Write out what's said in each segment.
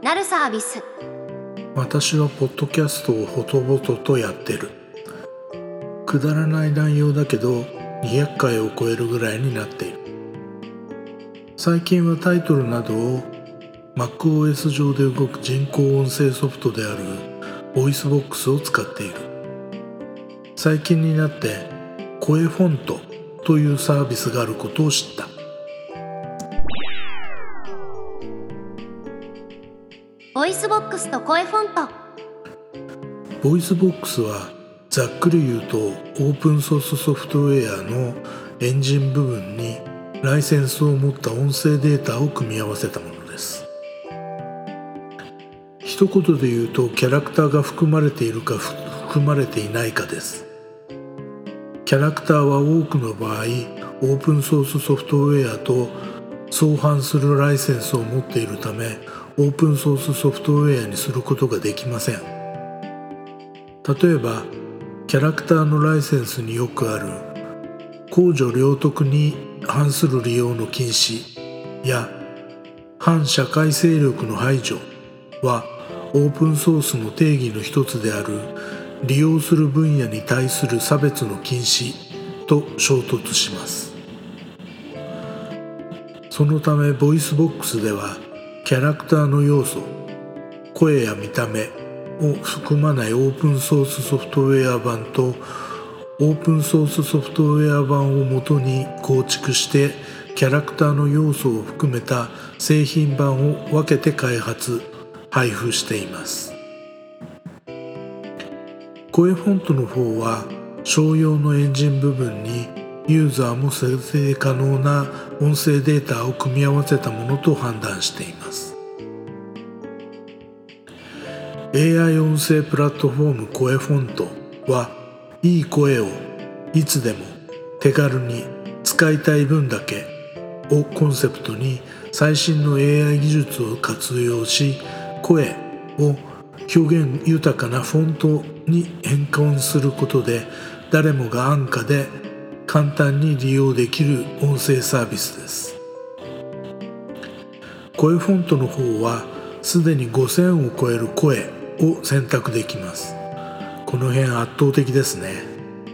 なるサービス。 私はポッドキャストをほとぼととやってる。くだらない内容だけど200回を超えるぐらいになっている。最近はタイトルなどを MacOS 上で動く人工音声ソフトであるボイスボックスを使っている。最近になって声フォントというサービスがあることを知った。 ボイスボックスと声フォント。 ボイスボックスはざっくり言うとオープンソースソフトウェアのエンジン部分にライセンスを持った音声データを組み合わせたものです。一言で言うとキャラクターが含まれているか含まれていないかです。キャラクターは多くの場合オープンソースソフトウェアと相反するライセンスを持っているためオープンソースソフトウェアにすることができません。例えばキャラクターのライセンスによくある公序良俗に反する利用の禁止や反社会勢力の排除はオープンソースの定義の一つである利用する分野に対する差別の禁止と衝突します。そのためボイスボックスではキャラクターの要素、声や見た目を含まないオープンソースソフトウェア版とオープンソースソフトウェア版をもとに構築してキャラクターの要素を含めた製品版を分けて開発・配布しています。声フォントの方は商用のエンジン部分にユーザーも生成可能な音声データを組み合わせたものと判断しています。 AI 音声プラットフォーム声フォントはいい声をいつでも手軽に使いたい分だけをコンセプトに最新の AI 技術を活用し声を表現豊かなフォントに変換することで誰もが安価で簡単に利用できる音声サービスです。声フォントの方はすでに5000を超える声を選択できます。この辺圧倒的ですね。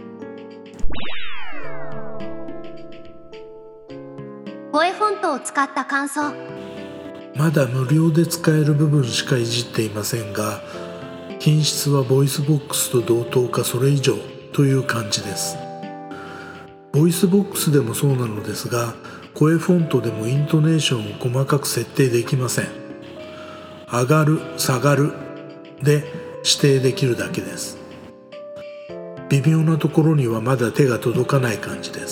声フォントを使った感想。 まだ無料で使える部分しかいじっていませんが品質はボイスボックスと同等かそれ以上という感じです。ボイスボックスでもそうなのですが声フォントでもイントネーションを細かく設定できません。上がる下がるで指定できるだけです。微妙なところにはまだ手が届かない感じです。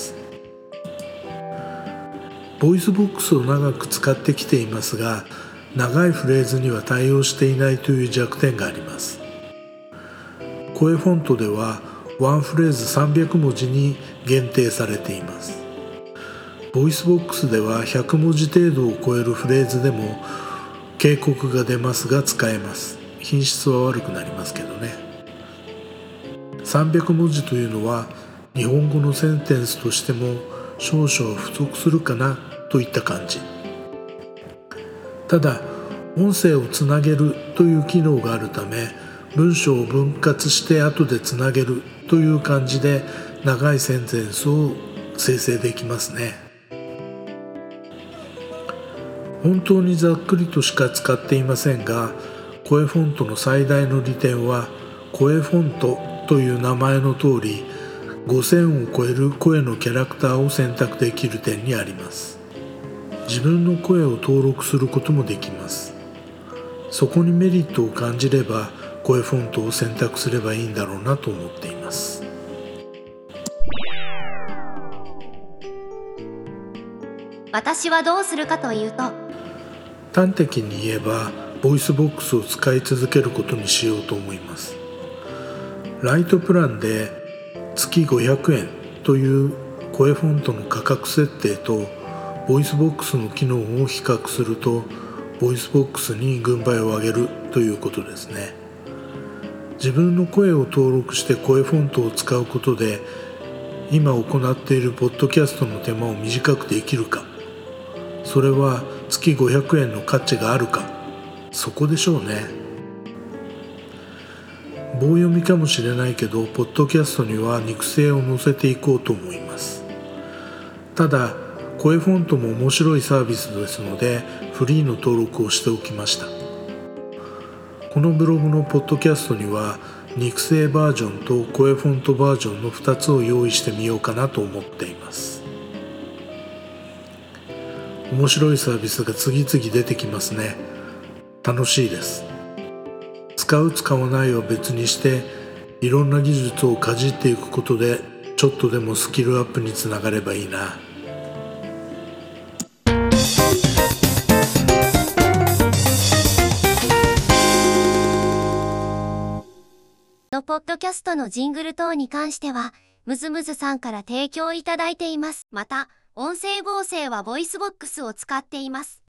ボイスボックスを長く使ってきていますが長いフレーズには対応していないという弱点があります。声フォントではワンフレーズ300文字に限定されています。ボイスボックスでは100文字程度を超えるフレーズでも警告が出ますが使えます。品質は悪くなりますけどね。300文字というのは日本語のセンテンスとしても少々不足するかなといった感じ。ただ音声をつなげるという機能があるため文章を分割して後でつなげるという感じで長いセンテンスを生成できますね。本当にざっくりとしか使っていませんが声フォントの最大の利点は声フォントという名前の通り5000を超える声のキャラクターを選択できる点にあります。自分の声を登録することもできます。そこにメリットを感じれば声フォントを選択すればいいんだろうなと思っています。 私はどうするかというと端的に言えばボイスボックスを使い続けることにしようと思います。ライトプランで月500円という声フォントの価格設定とボイスボックスの機能を比較するとボイスボックスに軍配を上げるということですね。自分の声を登録して声フォントを使うことで今行っているポッドキャストの手間を短くできるか、それは月500円の価値があるか、 そこでしょうね。棒読みかもしれないけど、ポッドキャストには肉声を載せていこうと思います。ただ、声フォントも面白いサービスですので、フリーの登録をしておきました。このブログのポッドキャストには、肉声バージョンと声フォントバージョンの2つを用意してみようかなと思っています。面白いサービスが次々出てきますね。楽しいです。使う使わないは別にして、いろんな技術をかじっていくことでちょっとでもスキルアップにつながればいいな。 のポッドキャストのジングル等に関しては、ムズムズさんから提供いただいています。また、音声合成はボイスボックスを使っています。